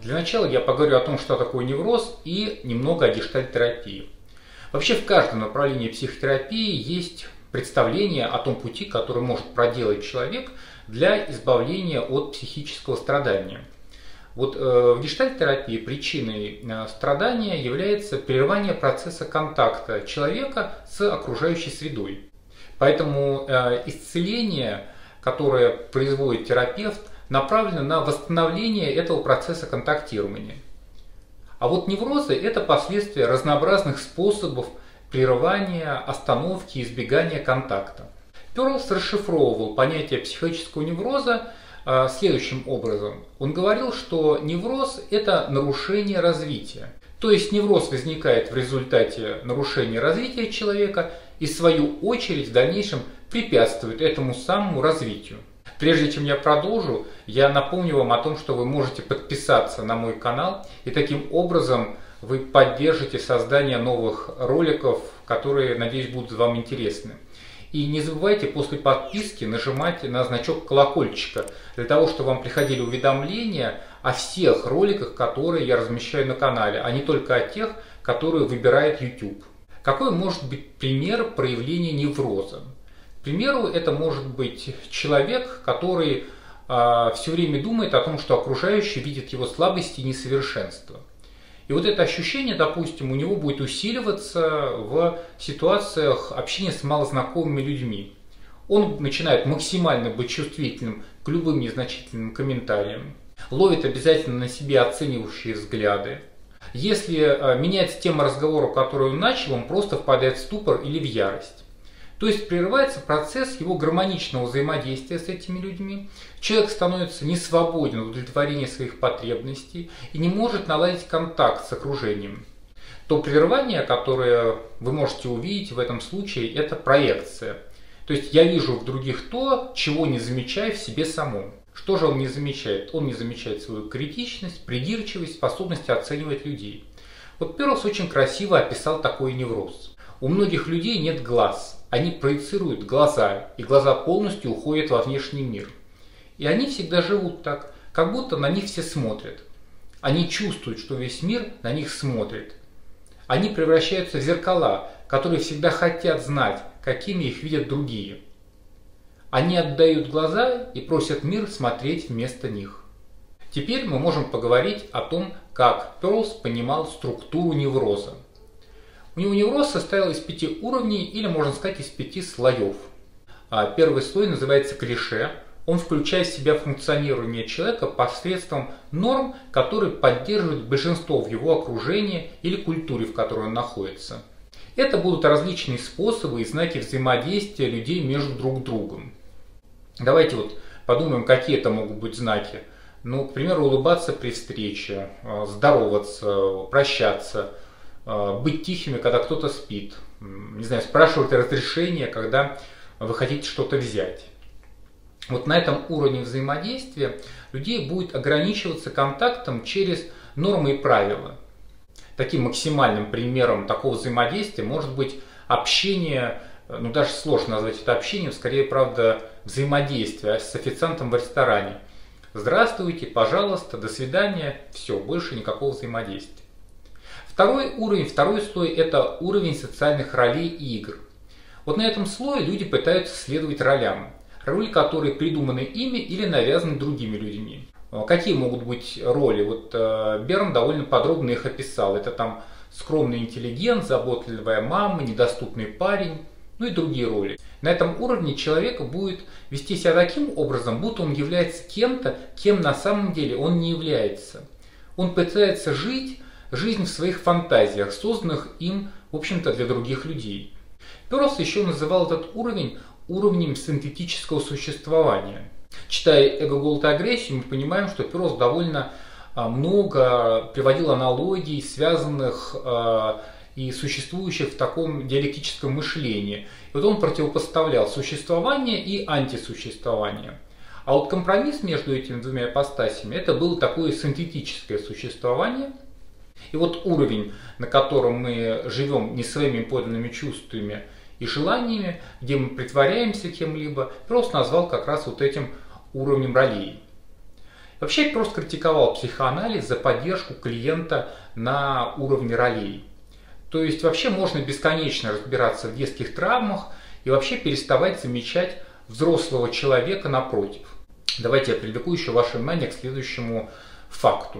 Для начала я поговорю о том, что такое невроз, и немного о гештальт-терапии. Вообще в каждом направлении психотерапии есть представление о том пути, который может проделать человек для избавления от психического страдания. Вот в гештальт-терапии причиной страдания является прерывание процесса контакта человека с окружающей средой. Поэтому исцеление, которое производит терапевт, направлено на восстановление этого процесса контактирования. А вот неврозы – это последствия разнообразных способов прерывания, остановки, избегания контакта. Перлс расшифровывал понятие психического невроза следующим образом. Он говорил, что невроз – это нарушение развития. То есть невроз возникает в результате нарушения развития человека и в свою очередь в дальнейшем препятствует этому самому развитию. Прежде чем я продолжу, я напомню вам о том, что вы можете подписаться на мой канал, и таким образом вы поддержите создание новых роликов, которые, надеюсь, будут вам интересны. И не забывайте после подписки нажимать на значок колокольчика, для того, чтобы вам приходили уведомления о всех роликах, которые я размещаю на канале, а не только о тех, которые выбирает YouTube. Какой может быть пример проявления невроза? К примеру, это может быть человек, который все время думает о том, что окружающие видят его слабости и несовершенства. И вот это ощущение, допустим, у него будет усиливаться в ситуациях общения с малознакомыми людьми. Он начинает максимально быть чувствительным к любым незначительным комментариям, ловит обязательно на себе оценивающие взгляды. Если меняется тема разговора, которую он начал, он просто впадает в ступор или в ярость. То есть прерывается процесс его гармоничного взаимодействия с этими людьми. Человек становится не свободен в удовлетворении своих потребностей и не может наладить контакт с окружением. То прерывание, которое вы можете увидеть в этом случае, это проекция. То есть я вижу в других то, чего не замечаю в себе самом. Что же он не замечает? Он не замечает свою критичность, придирчивость, способность оценивать людей. Вот Перлс очень красиво описал такой невроз. У многих людей нет глаз. Они проецируют глаза, и глаза полностью уходят во внешний мир. И они всегда живут так, как будто на них все смотрят. Они чувствуют, что весь мир на них смотрит. Они превращаются в зеркала, которые всегда хотят знать, какими их видят другие. Они отдают глаза и просят мир смотреть вместо них. Теперь мы можем поговорить о том, как Перлс понимал структуру невроза. У него невроз состоял из 5 уровней, или можно сказать из 5 слоев. Первый слой называется клише. Он включает в себя функционирование человека посредством норм, которые поддерживают большинство в его окружении или культуре, в которой он находится. Это будут различные способы и знаки взаимодействия людей между друг другом. Давайте вот подумаем, какие это могут быть знаки. Ну, к примеру, улыбаться при встрече, здороваться, прощаться, быть тихими, когда кто-то спит, не знаю, спрашивать разрешение, когда вы хотите что-то взять. Вот на этом уровне взаимодействия людей будет ограничиваться контактом через нормы и правила. Таким максимальным примером такого взаимодействия может быть общение, ну даже сложно назвать это общением, скорее, правда, взаимодействие с официантом в ресторане. Здравствуйте, пожалуйста, до свидания, все, больше никакого взаимодействия. Второй уровень, второй слой – это уровень социальных ролей и игр. Вот на этом слое люди пытаются следовать ролям. Роли, которые придуманы ими или навязаны другими людьми. Какие могут быть роли? Вот Берн довольно подробно их описал. Это там скромный интеллигент, заботливая мама, недоступный парень, ну и другие роли. На этом уровне человек будет вести себя таким образом, будто он является кем-то, кем на самом деле он не является. Он пытается жить жизнь в своих фантазиях, созданных им, в общем-то, для других людей. Перлс еще называл этот уровень уровнем синтетического существования. Читая «Эго, голод и агрессию», мы понимаем, что Перлс довольно много приводил аналогий, связанных и существующих в таком диалектическом мышлении. И вот он противопоставлял существование и антисуществование. А вот компромисс между этими двумя ипостасями – это было такое синтетическое существование. И вот уровень, на котором мы живем не своими подлинными чувствами и желаниями, где мы притворяемся кем-либо, Перлс назвал как раз вот этим уровнем ролей. Вообще Перс критиковал психоанализ за поддержку клиента на уровне ролей. То есть вообще можно бесконечно разбираться в детских травмах и вообще переставать замечать взрослого человека напротив. Давайте я привлеку еще ваше внимание к следующему факту.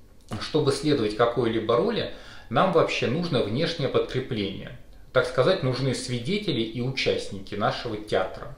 Чтобы следовать какой-либо роли, нам вообще нужно внешнее подкрепление. Так сказать, нужны свидетели и участники нашего театра.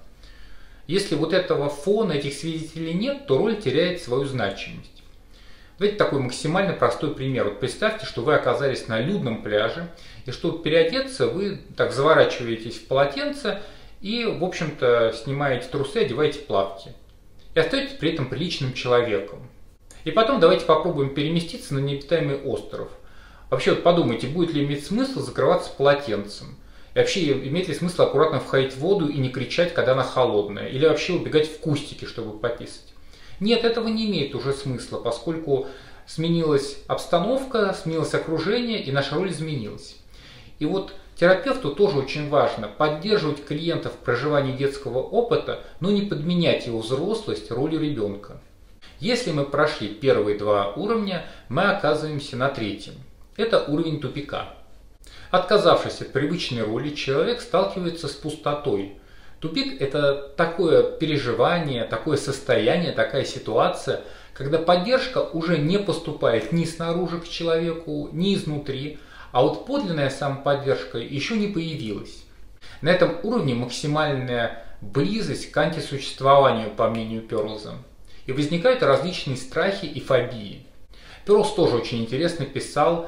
Если вот этого фона, этих свидетелей нет, то роль теряет свою значимость. Давайте такой максимально простой пример. Вот представьте, что вы оказались на людном пляже, и чтобы переодеться, вы так заворачиваетесь в полотенце и, в общем-то, снимаете трусы, одеваете плавки. И остаетесь при этом приличным человеком. И потом давайте попробуем переместиться на необитаемый остров. Вообще вот подумайте, будет ли иметь смысл закрываться полотенцем? И вообще имеет ли смысл аккуратно входить в воду и не кричать, когда она холодная? Или вообще убегать в кустики, чтобы пописать? Нет, этого не имеет уже смысла, поскольку сменилась обстановка, сменилось окружение и наша роль изменилась. И вот терапевту тоже очень важно поддерживать клиента в проживании детского опыта, но не подменять его взрослость ролью ребенка. Если мы прошли первые два уровня, мы оказываемся на третьем. Это уровень тупика. Отказавшись от привычной роли, человек сталкивается с пустотой. Тупик – это такое переживание, такое состояние, такая ситуация, когда поддержка уже не поступает ни снаружи к человеку, ни изнутри, а вот подлинная самоподдержка еще не появилась. На этом уровне максимальная близость к антисуществованию, по мнению Перлза. И возникают различные страхи и фобии. Перлз тоже очень интересно писал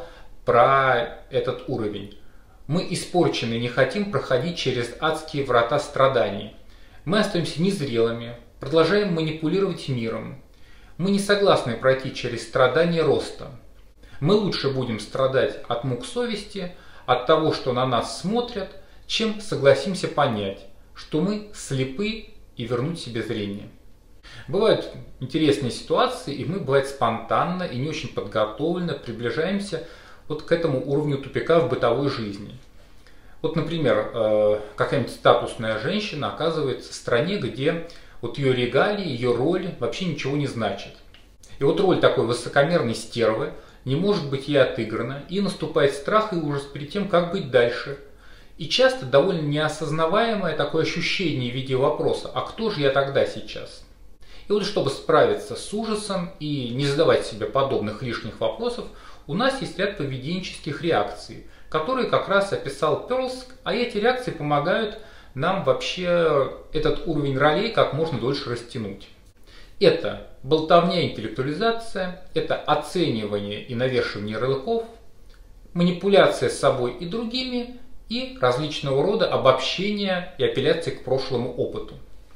про этот уровень. Мы испорчены, не хотим проходить через адские врата страданий. Мы остаемся незрелыми, продолжаем манипулировать миром. Мы не согласны пройти через страдания роста. Мы лучше будем страдать от мук совести, от того, что на нас смотрят, чем согласимся понять, что мы слепы и вернуть себе зрение. Бывают интересные ситуации, и мы, бывает, спонтанно и не очень подготовленно приближаемся вот к этому уровню тупика в бытовой жизни. Вот, например, какая-нибудь статусная женщина оказывается в стране, где вот ее регалии, ее роль вообще ничего не значит. И вот роль такой высокомерной стервы не может быть ей отыграна, и наступает страх и ужас перед тем, как быть дальше. И часто довольно неосознаваемое такое ощущение в виде вопроса: а кто же я тогда сейчас? И вот чтобы справиться с ужасом и не задавать себе подобных лишних вопросов, у нас есть ряд поведенческих реакций, которые как раз описал Перлз, а эти реакции помогают нам вообще этот уровень ролей как можно дольше растянуть. Это болтовня и интеллектуализация, это оценивание и навешивание ярлыков, манипуляция с собой и другими и различного рода обобщения и апелляции к прошлому опыту.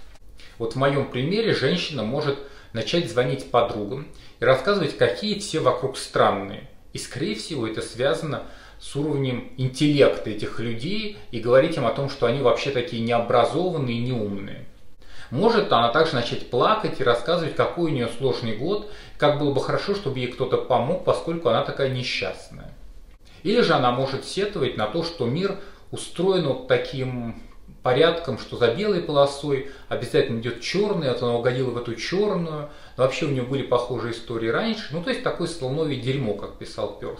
Вот в моем примере женщина может начать звонить подругам и рассказывать, какие все вокруг странные. И, скорее всего, это связано с уровнем интеллекта этих людей и говорить им о том, что они вообще такие необразованные и неумные. Может она также начать плакать и рассказывать, какой у нее сложный год, как было бы хорошо, чтобы ей кто-то помог, поскольку она такая несчастная. Или же она может сетовать на то, что мир устроен вот таким порядком, что за белой полосой обязательно идет черный, вот она угодила в эту черную, но вообще у нее были похожие истории раньше, ну то есть такое слоновье дерьмо, как писал Перлз.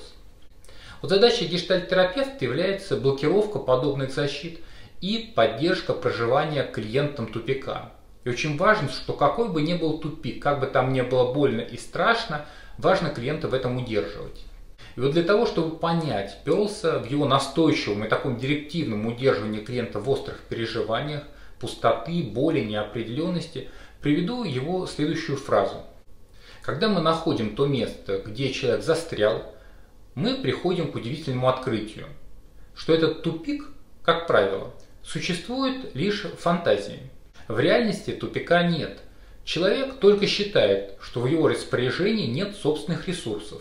Вот задачей гештальт-терапевта является блокировка подобных защит и поддержка проживания клиентом тупика. И очень важно, что какой бы ни был тупик, как бы там ни было больно и страшно, важно клиента в этом удерживать. И вот для того, чтобы понять Перлза в его настойчивом и таком директивном удерживании клиента в острых переживаниях, пустоты, боли, неопределенности, приведу его следующую фразу. Когда мы находим то место, где человек застрял, мы приходим к удивительному открытию, что этот тупик, как правило, существует лишь в фантазии. В реальности тупика нет. Человек только считает, что в его распоряжении нет собственных ресурсов.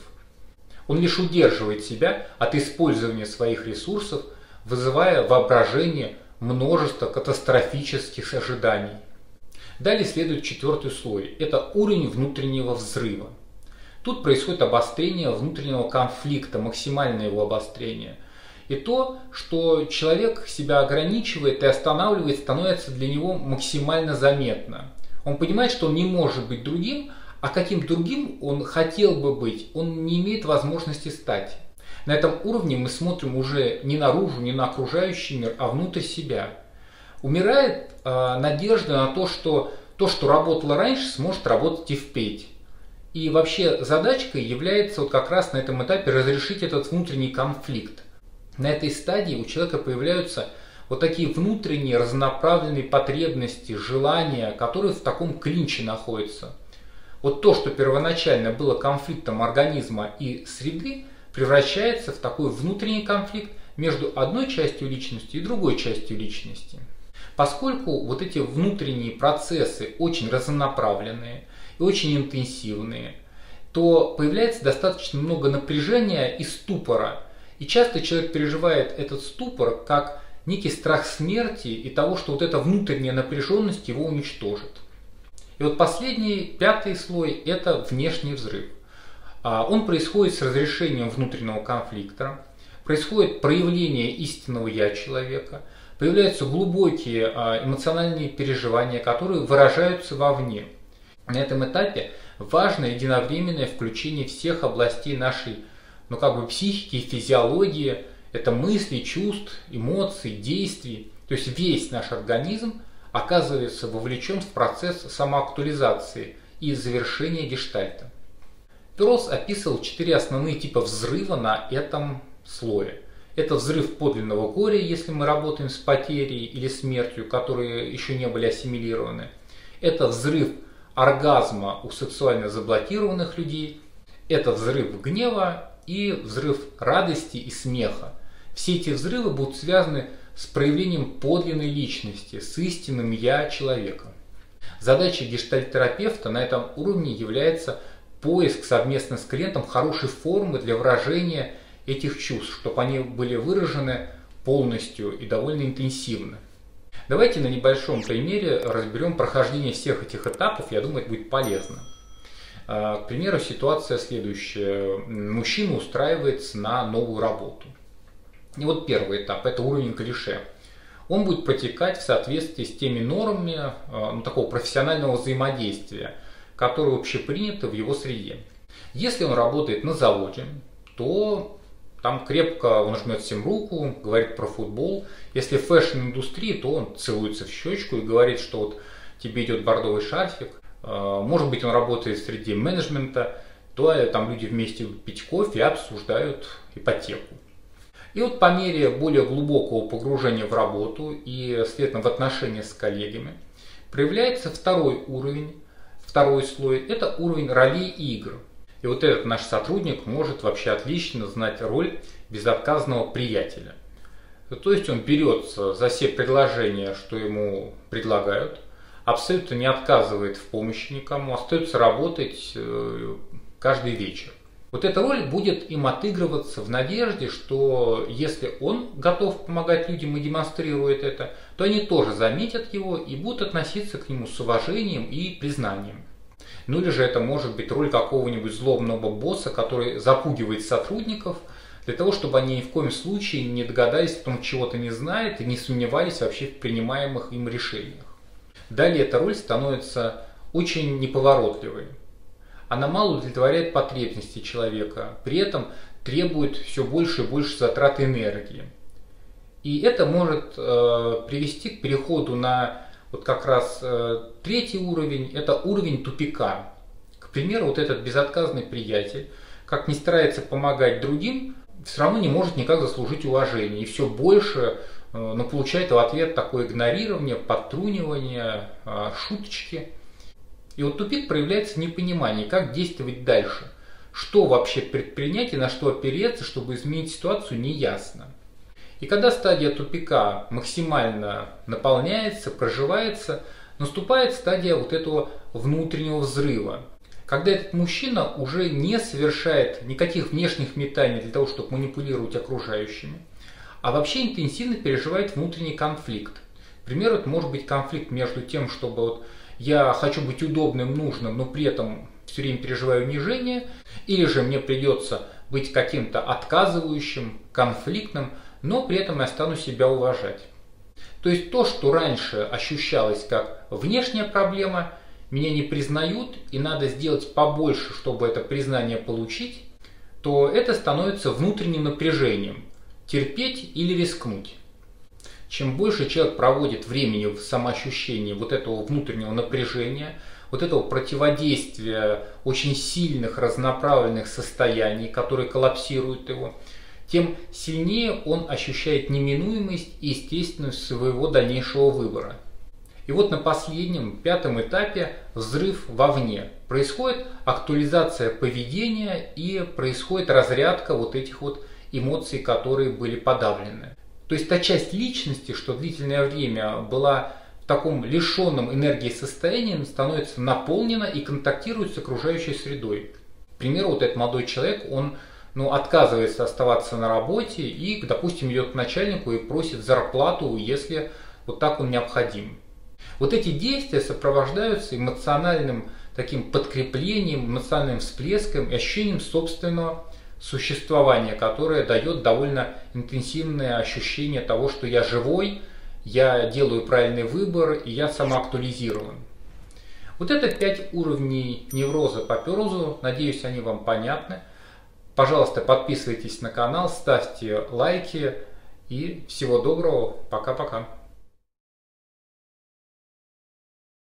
Он лишь удерживает себя от использования своих ресурсов, вызывая воображение множества катастрофических ожиданий. Далее следует четвертый слой. Это уровень внутреннего взрыва. Тут происходит обострение внутреннего конфликта, максимальное его обострение. И то, что человек себя ограничивает и останавливает, становится для него максимально заметно. Он понимает, что он не может быть другим, а каким другим он хотел бы быть, он не имеет возможности стать. На этом уровне мы смотрим уже не наружу, не на окружающий мир, а внутрь себя. Умирает надежда на то, что работало раньше, сможет работать и впредь. И вообще задачкой является вот как раз на этом этапе разрешить этот внутренний конфликт. На этой стадии у человека появляются вот такие внутренние разнонаправленные потребности, желания, которые в таком клинче находятся. Вот то, что первоначально было конфликтом организма и среды, превращается в такой внутренний конфликт между одной частью личности и другой частью личности. Поскольку вот эти внутренние процессы очень разнонаправленные и очень интенсивные, то появляется достаточно много напряжения и ступора. И часто человек переживает этот ступор как некий страх смерти и того, что вот эта внутренняя напряженность его уничтожит. И вот последний, пятый слой – это внешний взрыв. Он происходит с разрешением внутреннего конфликта, происходит проявление истинного «я» человека, появляются глубокие эмоциональные переживания, которые выражаются вовне. На этом этапе важно единовременное включение всех областей нашей психики и физиологии. Это мысли, чувств, эмоций, действий. То есть весь наш организм оказывается вовлечен в процесс самоактуализации и завершения гештальта. Перлс описывал 4 основные типа взрыва на этом слое. Это взрыв подлинного горя, если мы работаем с потерей или смертью, которые еще не были ассимилированы. Это взрыв оргазма у сексуально заблокированных людей. Это взрыв гнева и взрыв радости и смеха. Все эти взрывы будут связаны с проявлением подлинной личности, с истинным «я» человека. Задачей гештальт-терапевта на этом уровне является поиск совместно с клиентом хорошей формы для выражения этих чувств, чтобы они были выражены полностью и довольно интенсивно. Давайте на небольшом примере разберем прохождение всех этих этапов, я думаю, это будет полезно. К примеру, ситуация следующая. Мужчина устраивается на новую работу. И вот первый этап – это уровень клише. Он будет протекать в соответствии с теми нормами такого профессионального взаимодействия, которые общеприняты в его среде. Если он работает на заводе, то там крепко он жмет всем руку, говорит про футбол. Если в фэшн-индустрии, то он целуется в щечку и говорит, что вот тебе идет бордовый шарфик. Может быть, он работает среди менеджмента, то там люди вместе пить кофе и обсуждают ипотеку. И вот по мере более глубокого погружения в работу и, следовательно, в отношения с коллегами, проявляется второй уровень, второй слой – это уровень ролей и игр. И вот этот наш сотрудник может вообще отлично знать роль безотказного приятеля. То есть он берется за все предложения, что ему предлагают, абсолютно не отказывает в помощи никому, остается работать каждый вечер. Вот эта роль будет им отыгрываться в надежде, что если он готов помогать людям и демонстрирует это, то они тоже заметят его и будут относиться к нему с уважением и признанием. Ну или же это может быть роль какого-нибудь злобного босса, который запугивает сотрудников для того, чтобы они ни в коем случае не догадались, что он чего-то не знает и не сомневались вообще в принимаемых им решениях. Далее эта роль становится очень неповоротливой. Она мало удовлетворяет потребности человека, при этом требует все больше и больше затрат энергии. И это может привести к переходу на вот как раз третий уровень, это уровень тупика. К примеру, вот этот безотказный приятель, как ни старается помогать другим, все равно не может никак заслужить уважение. И все больше, но получает в ответ такое игнорирование, подтрунивание, шуточки. И вот тупик проявляется в непонимании, как действовать дальше. Что вообще предпринять и на что опереться, чтобы изменить ситуацию, неясно. И когда стадия тупика максимально наполняется, проживается, наступает стадия вот этого внутреннего взрыва. Когда этот мужчина уже не совершает никаких внешних метаний для того, чтобы манипулировать окружающими, а вообще интенсивно переживает внутренний конфликт. К примеру, это может быть конфликт между тем, чтобы вот я хочу быть удобным, нужным, но при этом все время переживаю унижение, или же мне придется быть каким-то отказывающим, конфликтным, но при этом я стану себя уважать. То есть то, что раньше ощущалось как внешняя проблема, меня не признают и надо сделать побольше, чтобы это признание получить, то это становится внутренним напряжением – терпеть или рискнуть. Чем больше человек проводит времени в самоощущении вот этого внутреннего напряжения, вот этого противодействия очень сильных разнонаправленных состояний, которые коллапсируют его, тем сильнее он ощущает неминуемость и естественность своего дальнейшего выбора. И вот на последнем, пятом этапе взрыв вовне. Происходит актуализация поведения и происходит разрядка вот этих вот эмоций, которые были подавлены. То есть та часть личности, что длительное время была в таком лишенном энергии состоянии, становится наполнена и контактирует с окружающей средой. К примеру, вот этот молодой человек, он отказывается оставаться на работе и, допустим, идет к начальнику и просит зарплату, если вот так он необходим. Вот эти действия сопровождаются эмоциональным таким подкреплением, эмоциональным всплеском и ощущением собственного существования, которое дает довольно интенсивное ощущение того, что я живой, я делаю правильный выбор и я самоактуализирован. Вот это 5 уровней невроза по Пёрлзу. Надеюсь, они вам понятны. Пожалуйста, подписывайтесь на канал, ставьте лайки и всего доброго. Пока-пока.